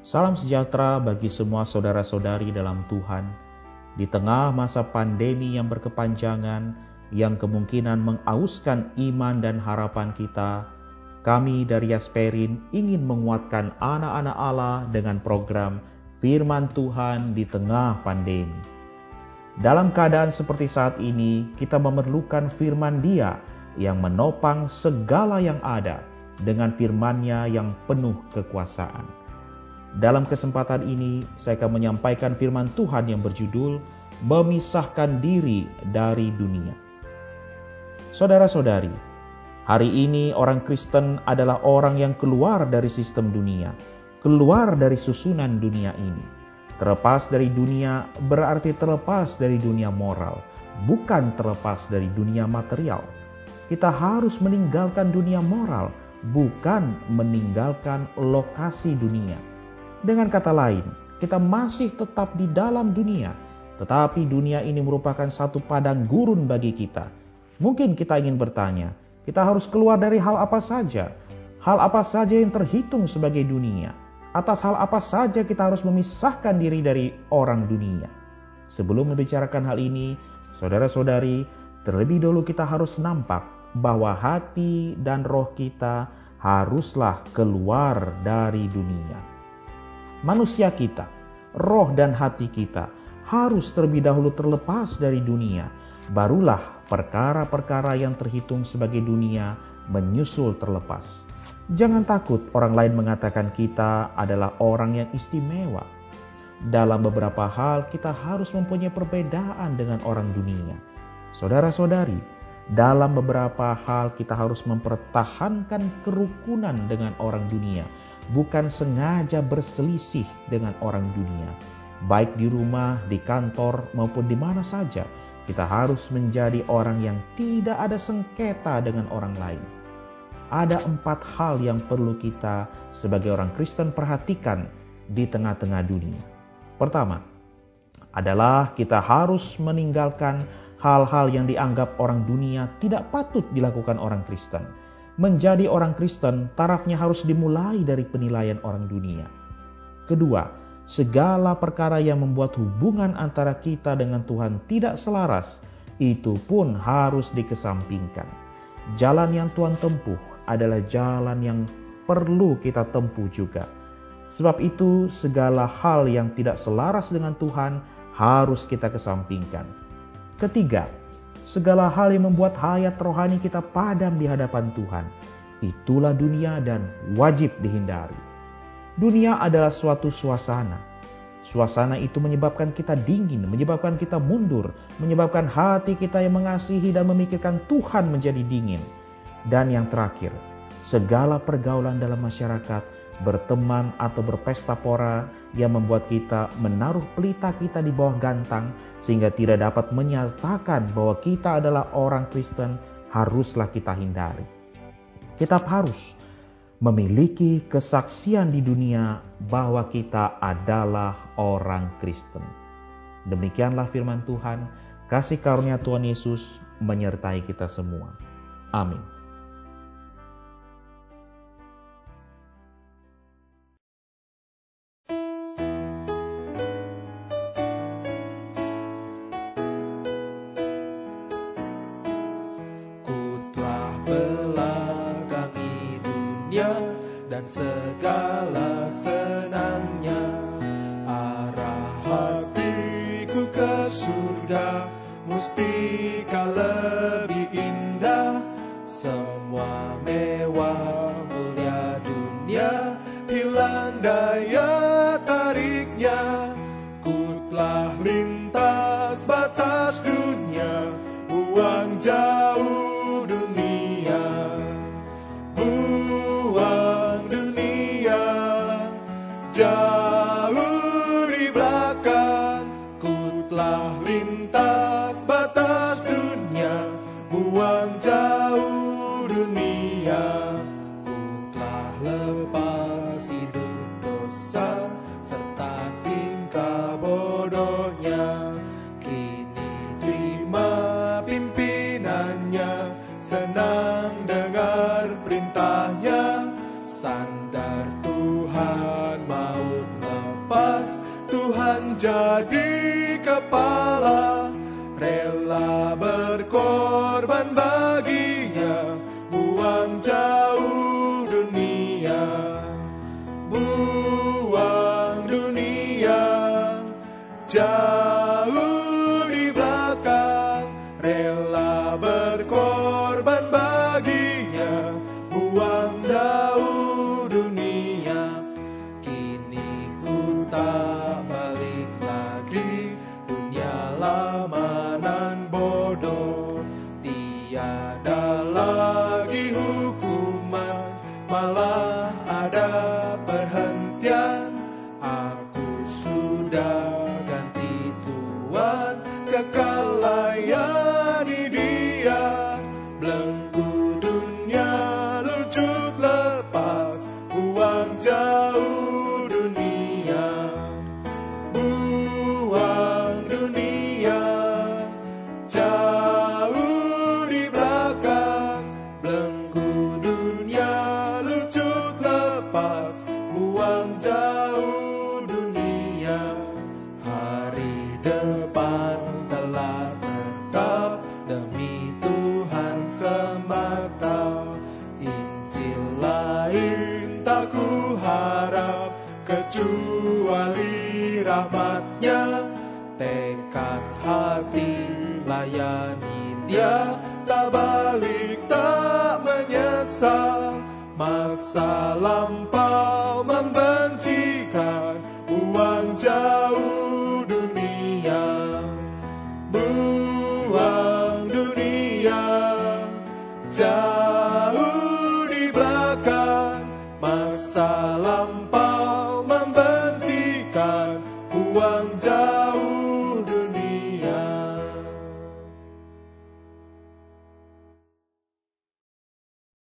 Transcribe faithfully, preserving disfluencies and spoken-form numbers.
Salam sejahtera bagi semua saudara-saudari dalam Tuhan. Di tengah masa pandemi yang berkepanjangan, yang kemungkinan mengauskan iman dan harapan kita, kami dari Yasperin ingin menguatkan anak-anak Allah dengan program Firman Tuhan di tengah pandemi. Dalam keadaan seperti saat ini, kita memerlukan firman Dia yang menopang segala yang ada dengan firman-Nya yang penuh kekuasaan. Dalam kesempatan ini, saya akan menyampaikan firman Tuhan yang berjudul Memisahkan Diri dari Dunia. Saudara-saudari, hari ini orang Kristen adalah orang yang keluar dari sistem dunia, keluar dari susunan dunia ini. Terlepas dari dunia berarti terlepas dari dunia moral, bukan terlepas dari dunia material. Kita harus meninggalkan dunia moral, bukan meninggalkan lokasi dunia. Dengan kata lain, kita masih tetap di dalam dunia, tetapi dunia ini merupakan satu padang gurun bagi kita. Mungkin kita ingin bertanya, kita harus keluar dari hal apa saja? Hal apa saja yang terhitung sebagai dunia? Atas hal apa saja kita harus memisahkan diri dari orang dunia? Sebelum membicarakan hal ini, saudara-saudari, terlebih dahulu kita harus nampak bahwa hati dan roh kita haruslah keluar dari dunia. Manusia kita, roh dan hati kita harus terlebih dahulu terlepas dari dunia. Barulah perkara-perkara yang terhitung sebagai dunia menyusul terlepas. Jangan takut orang lain mengatakan kita adalah orang yang istimewa. Dalam beberapa hal kita harus mempunyai perbedaan dengan orang dunia. Saudara-saudari, dalam beberapa hal kita harus mempertahankan kerukunan dengan orang dunia, bukan sengaja berselisih dengan orang dunia. Baik di rumah, di kantor, maupun di mana saja, kita harus menjadi orang yang tidak ada sengketa dengan orang lain. Ada empat hal yang perlu kita sebagai orang Kristen perhatikan di tengah-tengah dunia. Pertama, adalah kita harus meninggalkan hal-hal yang dianggap orang dunia tidak patut dilakukan orang Kristen. Menjadi orang Kristen, tarafnya harus dimulai dari penilaian orang dunia. Kedua, segala perkara yang membuat hubungan antara kita dengan Tuhan tidak selaras, itu pun harus dikesampingkan. Jalan yang Tuhan tempuh adalah jalan yang perlu kita tempuh juga. Sebab itu, segala hal yang tidak selaras dengan Tuhan harus kita kesampingkan. Ketiga, segala hal yang membuat hayat rohani kita padam di hadapan Tuhan, itulah dunia dan wajib dihindari. Dunia adalah suatu suasana. Suasana itu menyebabkan kita dingin, menyebabkan kita mundur, menyebabkan hati kita yang mengasihi dan memikirkan Tuhan menjadi dingin. Dan yang terakhir, segala pergaulan dalam masyarakat, berteman atau berpesta pora yang membuat kita menaruh pelita kita di bawah gantang sehingga tidak dapat menyatakan bahwa kita adalah orang Kristen, haruslah kita hindari. Kita harus memiliki kesaksian di dunia bahwa kita adalah orang Kristen. Demikianlah firman Tuhan. Kasih karunia Tuhan Yesus menyertai kita semua. Amin. Belakangi dunia dan segala senangnya, arah hatiku ke surga, mustika lebih indah. Semua mewah mulia dunia, hilang daya tariknya. Ku telah lintas batas dunia, buang jauh jauh di belakang. Ku telah lintas batas dunia, buang jauh dunia. Ku telah lepas hidup dosa serta tingkah bodohnya. Kini terima pimpinannya, senang dengar perintahnya. Sandar Tuhan maut menjadi kepala, rela berkorban baginya, buang jauh dunia, buang dunia, jauh di belakang, rela berkorban baginya, buang jauh dunia. Kini ku tak balik lagi, dunia lama nan bodoh, tiada lagi hukuman, malah ada perhentian. Aku sudah ganti tuan, kekal layani dia, belenggu dunia lucut lepas, buang jauh dunia, buang dunia, jauh di belakang, belenggu dunia lucut lepas, buang jauh dunia. Hari depan telah tetap, demi Tuhan semata, Injil lain tak ku harap, kecuali rahmatnya. Tekad hati layani dia, tak balik tak menyesal, masa lampau membencikan, buang jauh dunia, buang dunia, jauh di belakang, masa lampau membencikan, buang jauh